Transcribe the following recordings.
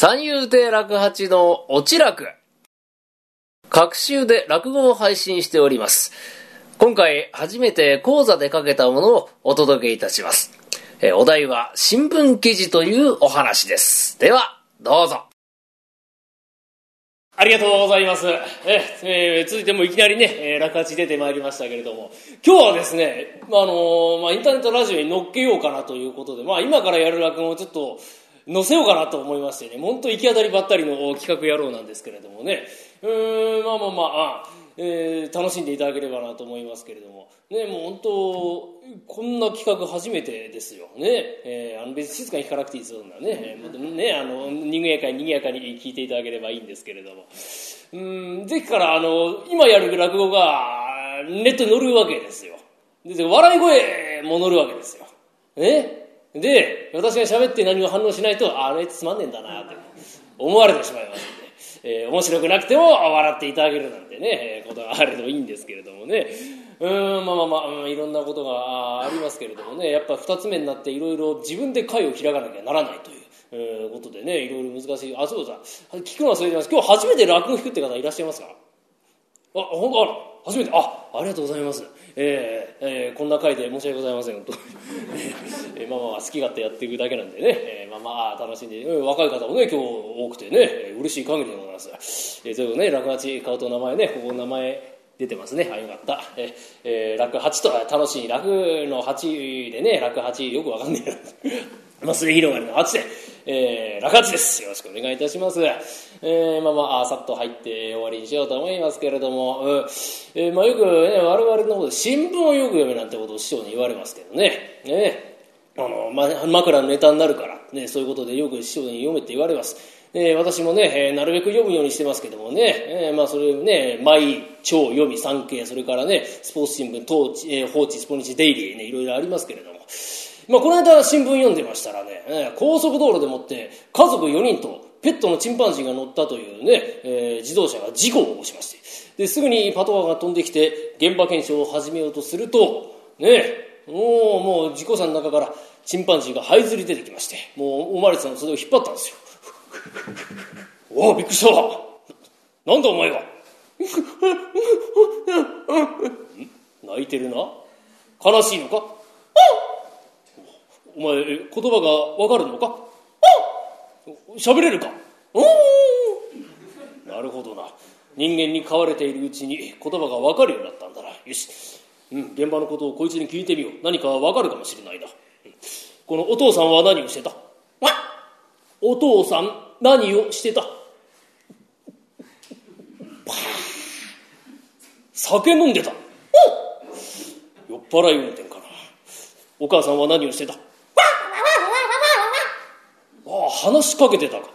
三遊亭楽八のおち楽。各週で落語を配信しております。今回初めて講座でかけたものをお届けいたします。お題は新聞記事というお話です。ではどうぞ。 ありがとうございます。続いてもいきなりね、楽八出てまいりましたけれども、今日はですね、インターネットラジオに乗っけようかなということで、今からやる落語をちょっと載せようかなと思いましてね、本当行き当たりばったりの企画野郎なんですけれどもね、楽しんでいただければなと思いますけれども、ね、もう本当こんな企画初めてですよね。別に静かに聞かなくていいですよね。にぎやかに聞いていただければいいんですけれども、ぜひから今やる落語がネットに載るわけですよ。で笑い声も載るわけですよ。で私が喋って何も反応しないと、あれつまんねえんだなって思われてしまいますので、面白くなくても笑っていただけるなんてね、ことがあればいいんですけれどもね。いろんなことがありますけれどもね、やっぱ二つ目になっていろいろ自分で会を開かなきゃならないということでね、いろいろ難しい。そうだ、聞くのはそれでます。今日初めて落語聞くって方いらっしゃいますか？本当初めて。ありがとうございます。こんな回で申し訳ございませんと好き勝手やっていくだけなんでね、楽しんで、若い方もね今日多くてね、嬉しい限りでございます。ということでね、落八顔と名前ね、ここ名前出てますね。よかった。落八と楽しい楽の八でね、落八よくわかんねえな末広がりの八で、楽八です。よろしくお願いいたします。さっと入って終わりにしようと思いますけれども、よくね、我々の方で新聞をよく読めなんてことを師匠に言われますけどね。枕のネタになるから、ね、そういうことでよく師匠に読めって言われます。私もね、なるべく読むようにしてますけどもね、それをね、毎朝読み産経、それからね、スポーツ新聞、報知、スポニチデイリーね、いろいろありますけれども、この間新聞読んでましたらね、高速道路でもって家族4人とペットのチンパンジーが乗ったというね、自動車が事故を起こしまして、ですぐにパトカーが飛んできて現場検証を始めようとするとね、もう事故車の中からチンパンジーが這いずり出てきまして、もうおまわりさんの袖を引っ張ったんですよ。びっくりした。なんだお前は。泣いてるな。悲しいのか。お前言葉がわかるのか。喋れるか。なるほどな。人間に飼われているうちに言葉がわかるようになったんだな。よし、現場のことをこいつに聞いてみよう。何かわかるかもしれないな。このお父さんは何をしてた？お父さん何をしてた？酒飲んでた。酔っ払い運転かな。お母さんは何をしてた？話しかけてたか。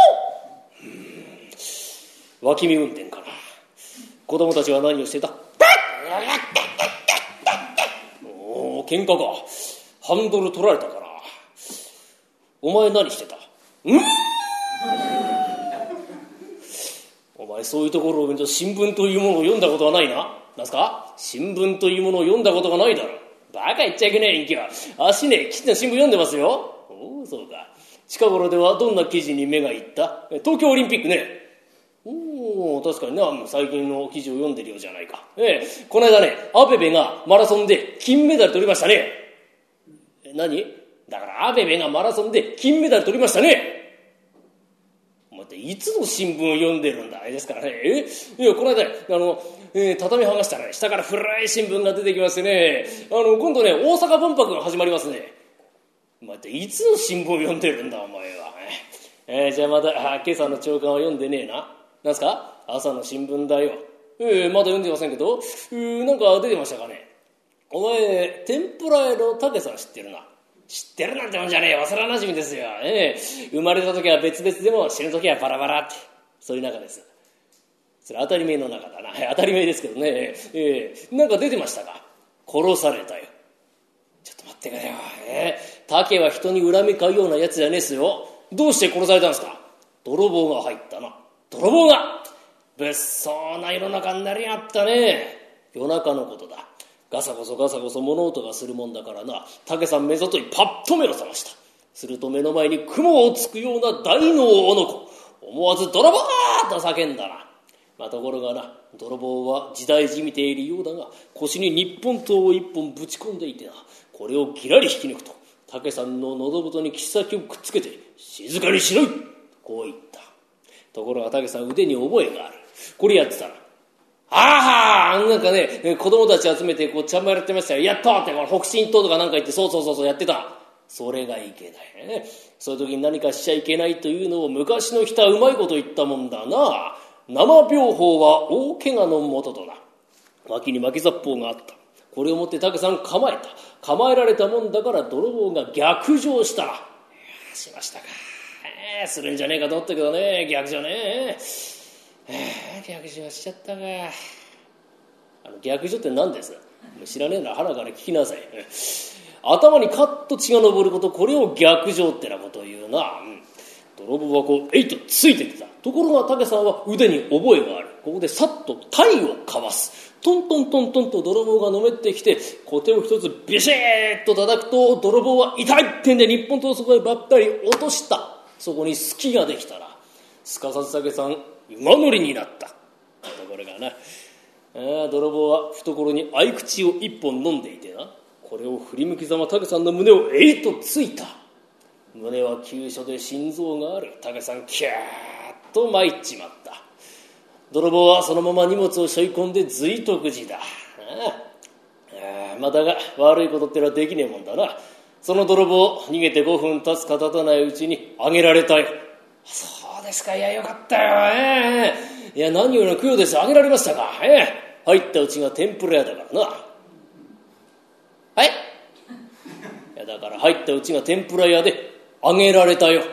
脇見運転かな。子供たちは何をしてた？喧嘩か。ハンドル取られたかな。お前何してた？お前そういうところを見ると新聞というものを読んだことはないな。なんすか？新聞というものを読んだことがないだろ。バカ言っちゃいけない人気は。足ね、きちんと新聞読んでますよ。そうか。近頃ではどんな記事に目がいった？東京オリンピックね。確かにな、最近の記事を読んでるようじゃないか。この間ね、アベベがマラソンで金メダル取りましたね。何？だからアベベがマラソンで金メダル取りましたね。お前っていつの新聞を読んでるんだ。あれですからね。この間畳剥がしたらね、下から古い新聞が出てきましてね、今度ね、大阪万博が始まりますね。お前っていつの新聞を読んでるんだお前は。じゃあまた今朝の朝刊は読んでねえな。なんすか？朝の新聞だよ。まだ読んでませんけど、なんか出てましたかね。お前天ぷら屋の竹さん知ってるな。知ってるなんてもんじゃねえよ。幼なじみですよ。生まれた時は別々でも死ぬ時はバラバラって、そういう仲です。それ当たり前の中だな。当たり前ですけどね。なんか出てましたか？殺されたよ。ちょっと待ってくれよ。竹は人に恨み買うようなやつじゃねえっすよ。どうして殺されたんですか？泥棒が入ったな。泥棒が物騒な世の中になりやがったね。夜中のことだ。ガサゴソ物音がするもんだからな、竹さん目ざといパッと目を覚ました。すると目の前に雲をつくような大の男。 思わず泥棒と叫んだな。ところがな、泥棒は時代じみているようだが、腰に日本刀を一本ぶち込んでいてな、これをギラリ引き抜くと、武さんの喉元に切っ先をくっつけて、静かにしろい、こう言った。ところが武さん腕に覚えがある。これやってたな。なんかね、子供たち集めてこうちゃんまやってましたよ。やったって北進刀とかなんか言って、そうやってた。それがいけないね。そういう時に何かしちゃいけないというのを昔の人はうまいこと言ったもんだな。生病法は大怪我のもととな。脇に巻き雑法があった。これを持って武さん構えた。構えられたもんだから泥棒が逆上したな。しましたか。するんじゃねえかと思ったけどね、逆上ね。逆上しちゃったか。逆上って何です？知らねえなら腹から聞きなさい。頭にカッと血が上ること、これを逆上ってなことを言うな。泥棒はこうえいとついてきた。ところが武さんは腕に覚えがある。ここでさっと体をかわす。トントントントンと泥棒がのめってきて、小手を一つビシッと叩くと、泥棒は痛いってんで日本刀をそこへばったり落とした。そこに隙ができたら、すかさず武さん馬乗りになった。ところがな、泥棒は懐に合口を一本飲んでいてな、これを振り向きざま武さんの胸をえいとついた。胸は急所で心臓がある。武さんキャーッと参っちまった。泥棒はそのまま荷物を背負い込んで随徳寺だ。だが悪いことってのはできねえもんだな。その泥棒逃げて5分経つか経たないうちにあげられたよ。そうですか。いやよかったよ。いや何よりの供養です。あげられましたか。入ったうちが天ぷら屋だからな。はい。いやだから入ったうちが天ぷら屋であげられたよ。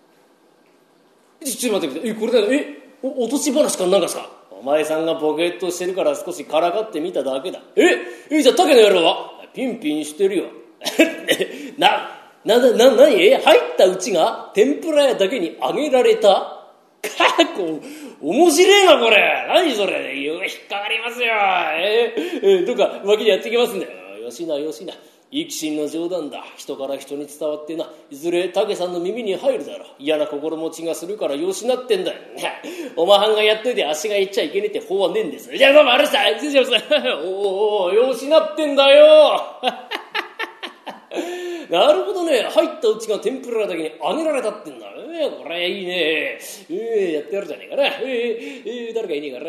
ちょっと待ってくれ。これだよ。落とし話かなんかすか。お前さんがボケっとしてるから少しからかってみただけだ。じゃあ竹の野郎はピンピンしてるよ。何入ったうちが天ぷら屋だけにあげられた。面白いなこれ。何それ。引っかかりますよ。どっか脇でやってきますんだよ。よしな。生きしんの冗談だ。人から人に伝わってな、いずれ武さんの耳に入るだろう。嫌な心持ちがするからよしなってんだよ。おまはんがやっといて足が言っちゃいけねえって法はねえんです。じゃあどうもあれした。失礼します。よしなってんだよ。なるほどね。入ったうちが天ぷらだけにあげられたってんだ。これいいね。やってやるじゃねえかな。誰かいねえから。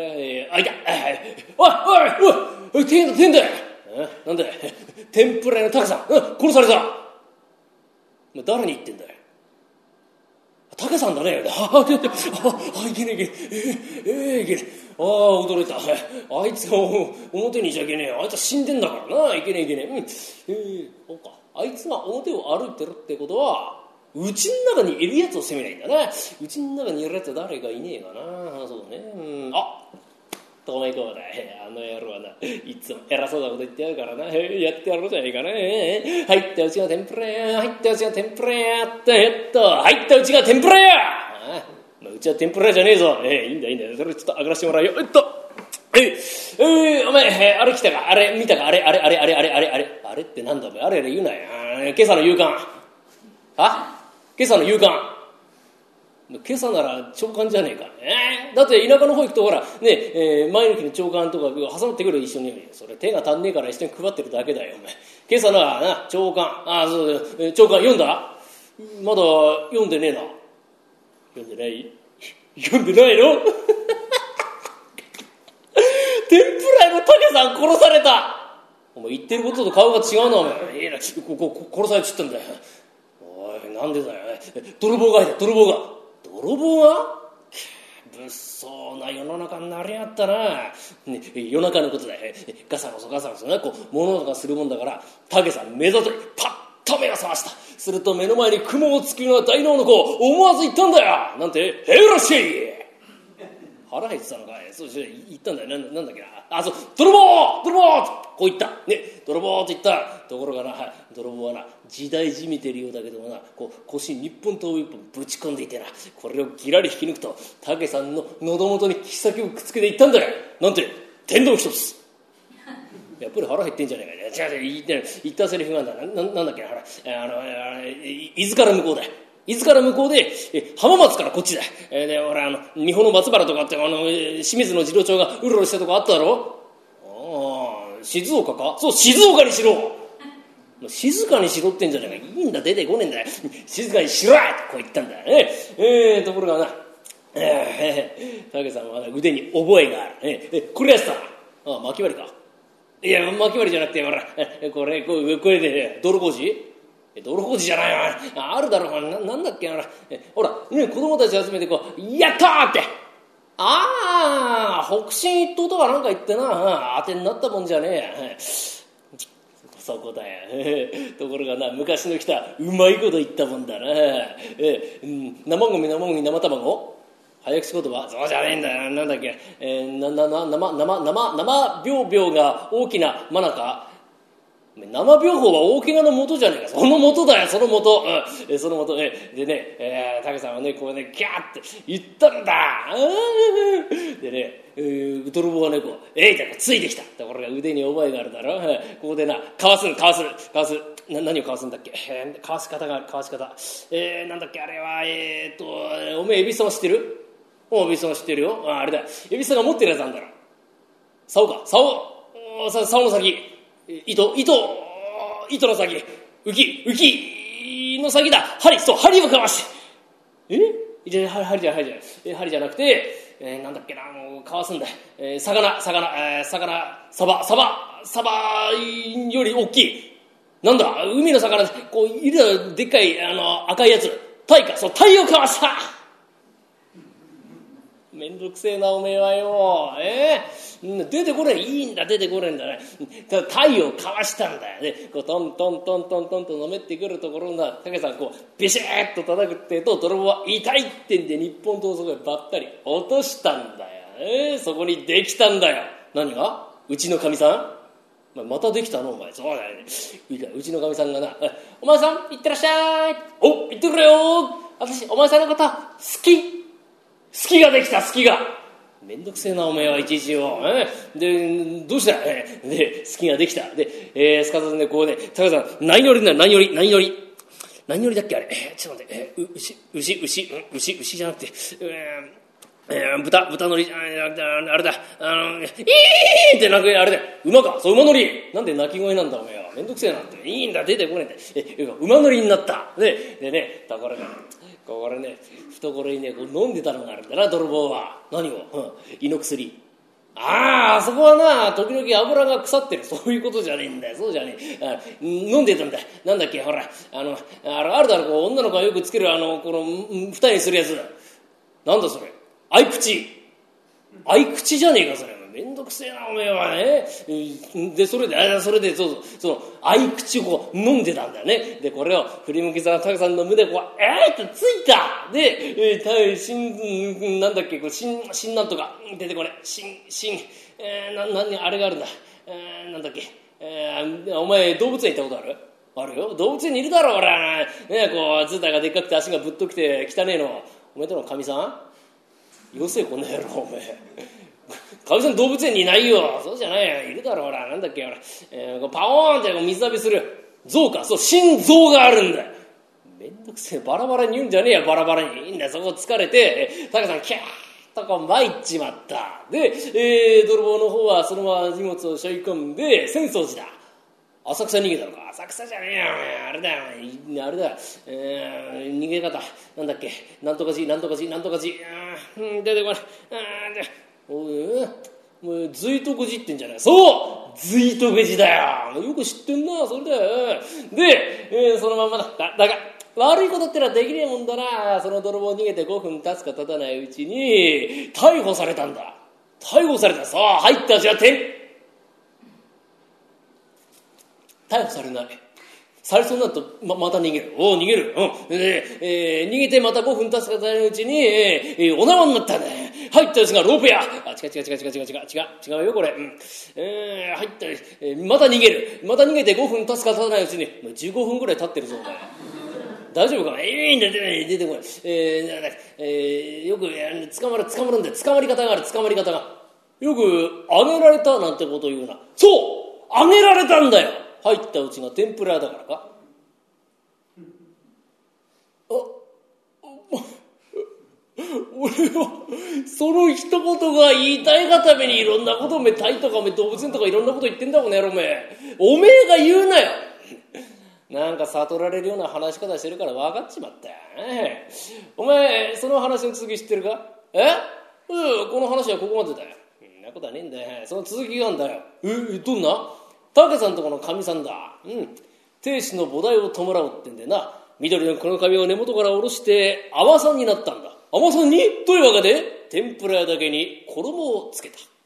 いた。おい天だよ。なんだよ。天ぷら屋の武さん、殺された。誰に言ってんだよ。武さんだね。いけねえ。驚いた。あいつが表にいちゃいけねえ。あいつは死んでんだからな。いけねえ。そうか。あいつが表を歩いてるってことは、うちの中にいるやつを責めないんだな。うちの中にいるやつは誰かいねえかな。そうね。とめこうだ。あの野郎はないつも偉そうなこと言ってやるからな。やってやろうじゃねえかな。入ったうちが天ぷらや。入ったうちが天ぷらや。入ったうちが天ぷらや。うちは天ぷらじゃねえぞ。いいんだ。それちょっと上がらしてもらうよ。お前、あれ来たか。あれ見たか。あれってなんだお前。あれ言うなよ。今朝の夕刊。今朝の夕刊。今朝なら朝刊じゃねえか。だって田舎の方行くとほらね、毎日の朝刊とか挟まってくる一緒に。それ手が足んねえから一緒に配ってるだけだよお前。今朝な朝刊。そう朝刊読んだ？まだ読んでねえな。読んでない？読んでないの？天ぷら屋の武さん殺された。お前言ってることと顔が違うなお前。いいな、殺されちゃったんだよ。おいなんでだよ。泥棒が物騒な世の中になりやがったな。夜中のことだよ。ガサゴソな物音がするもんだから武さん目ざとにパッと目が覚ました。すると目の前に雲をつくような大脳の子を思わず言ったんだよ。なんてへいらっしゃい。腹減ってたのかい。そうして言ったんだよ。なんだっけな。泥棒こう言った泥棒って言った。ところがな、泥棒はな時代じみてるようだけどもな、腰に日本刀を一本ぶち込んでいてな、これをギラリ引き抜くと武さんの喉元に切っ先をくっつけていったんだよ。なんて天丼一つ。やっぱり腹減ってんじゃねえか。違う言ったセリフがあるんだ。なんだっけな。伊豆から向こうだよ。 伊豆から向こうで、浜松からこっちだ。で、俺三保の松原とかって、清水の次郎長がうろうろしたとこあっただろ。ああ、静岡か。そう、静岡にしろ。静かにしろってんじゃないか。いいんだ、出てこねえんだよ。静かにしろってこう言ったんだよね。ところがな、武さんは腕に覚えがある。これやつだ。ああ、巻き割りか。いや、巻き割りじゃなくて、ほら、これで、道路工事道路工事じゃないわ。あるだろう。なんだっけ、ほら、ね、子供たち集めてこう、やったーって。ああ、北進一等とかなんか言ってな、当てになったもんじゃねえ。そこだよ。ところがな、昔の人はうまいこと言ったもんだな。生ゴミ、生卵早口言葉そうじゃねえんだよ。なんだっけ。生病が大きなマナか。生病法は大怪我の元じゃねえか。その元だよ、その元。その元。でね、武さんはね、こうね、キャーって言ったんだ。でね、泥棒はね、こう、ってついてきた。ところが腕に覚えがあるだろ。ここでな、かわす。何をかわすんだっけ。かわし方がある、かわし方。なんだっけ、あれは、おめえ、エビスさん知ってる？エビスさん知ってるよ。あれだ。エビスさんが持ってるやつなんだろ。竿の先。糸の先、浮きの先だ。針をかわして。針じゃなくて、なんだっけな、かわすんだ。魚、サバより大きい。なんだ、海の魚、こう、いるだろ、でっかい、赤いやつ。タイをかわした。めんどくせえな、おめえはよ。出てこれいいんだ、出てこれんだね。タイをかわしたんだよね。こうトンとのめってくるところだ。武さんこうビシッと叩くってと、泥棒は痛いってんで日本刀をそこへばったり落としたんだよ。そこにできたんだよ。何が？うちのかみさん？またできたのお前。そうだよね。いいか、うちのかみさんがな、お前さん行ってらっしゃい。お、行ってくれよ。私お前さんのこと好きができた。めんどくせえなおめえはいちいちよ。でどうした？で好きができた。ですかさずね、こうね、高さん何よりだっけあれ。ちょっと待って、牛じゃなくて、豚のり、あれだ、って鳴くあれだよ。馬か、そう馬乗り。なんで鳴き声なんだおめえは。めんどくせえなんて。いいんだ、出てこねえんだ。馬乗りになった。でね、ところがこれね、懐にね、こう飲んでたのがあるんだな、泥棒は。何を？胃の薬。あそこはな、時々油が腐ってる。そういうことじゃねえんだよ。そうじゃねえ。飲んでたんだ。なんだっけ、ほら、あるだろ、こう、女の子がよくつける、この、二重にするやつ。なんだそれ。合い口じゃねえか、それ。めんどくせえな、おめえはね。で、それで、そう、合い口をこう飲んでたんだよね。で、これを振り向きざるタカさんの胸こう、ってついた。で、なんだっけ、こう、なんとか、出てこれ、あれがあるんだ。なんだっけ、お前、動物園行ったことある？あるよ。動物園にいるだろ、俺は。ね、こう、ズタがでっかくて足がぶっとくて汚ねえの。お前とのかみさん？よせ、この野郎、お前。かみさん動物園にいないよ。そうじゃないよ。いるだろ、ほら。なんだっけ、ほら。パオーンって水浴びする。象か。そう、心臓があるんだよ。めんどくせえ。バラバラに言うんじゃねえよ、バラバラに。いいんだよ、そこ疲れて、タカさん、キャーッとこう参っちまった。で、泥棒の方はそのまま荷物を背負い込んで、浅草寺だ。浅草逃げたのか。浅草じゃねえよ、あれだよ、あれだ。逃げ方。なんだっけ。なんとか寺。出てこない。もう随徳寺ってんじゃない。そう随徳寺だよ。よく知ってんな、それだよ。で、そのまんまだが悪いことってのはできねえもんだな。その泥棒逃げて5分経つか経たないうちに逮捕されたんだ。さあ入ったじゃ逮捕されない。されそうになると また逃げる。逃げる。逃げてまた5分経つか経たないうちに、お縄になったね。入ったやつがロープや。違うよこれ。入った、また逃げる。また逃げて5分経つか経たないうちに、15分ぐらい経ってるぞお前。大丈夫かな。いいんだ、出てこい。よく捕まるんだよ。捕まり方がある。よくあげられたなんてことを言うな。そうあげられたんだよ。入ったうちが天ぷらだからか。 俺はその一言が言いたいがためにいろんなことタイとか動物園とかいろんなこと言ってんだこの野郎おめえが言うなよ。なんか悟られるような話し方してるから分かっちまったよ。お前その話の続き知ってるか？この話はここまでだよ。そんなことはねえんだよ。その続きがあんだよ。どんな？竹さんとこの神さんだ。亭主の菩提を弔うってんでな、緑のこの髪を根元から下ろして尼さんになったんだ。尼さんに？どういうわけで？天ぷら屋だけに衣をつけた。